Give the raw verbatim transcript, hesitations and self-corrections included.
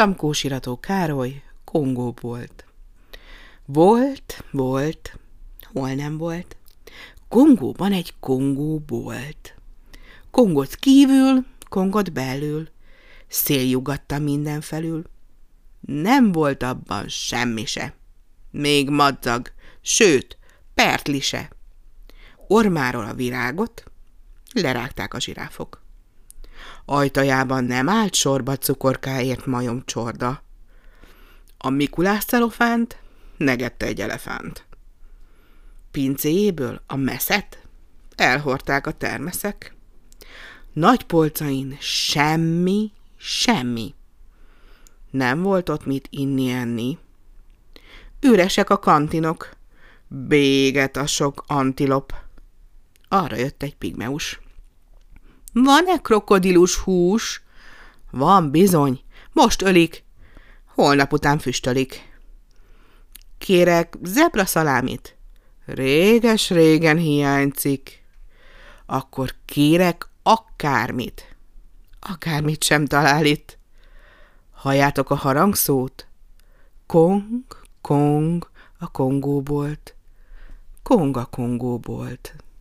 Stamkósirató Károly Kongóbolt. Volt, volt, hol nem volt. Kongóban egy Kongóbolt. Kongot kívül, Kongot belül, szél jugatta mindenfelül. Nem volt abban semmi se, még madzag, sőt, pertli se. Ormáról a virágot lerágták a zsiráfok. Ajtajában nem állt sorba cukorkáért majom csorda. A Mikulás celofánt negette egy elefánt. Pincéjéből a meszet elhordták a termeszek. Nagy polcain semmi, semmi. Nem volt ott mit inni-enni. Üresek a kantinok, béget a sok antilop. Arra jött egy pigmeus. Van-e krokodilus hús? Van bizony, most ölik, holnap után füstölik. Kérek zebraszalámit? Réges-régen hiányzik. Akkor kérek akármit. Akármit sem talál itt. Halljátok a harangszót? Kong, kong, a Kongóbolt. Kong a Kongóbolt.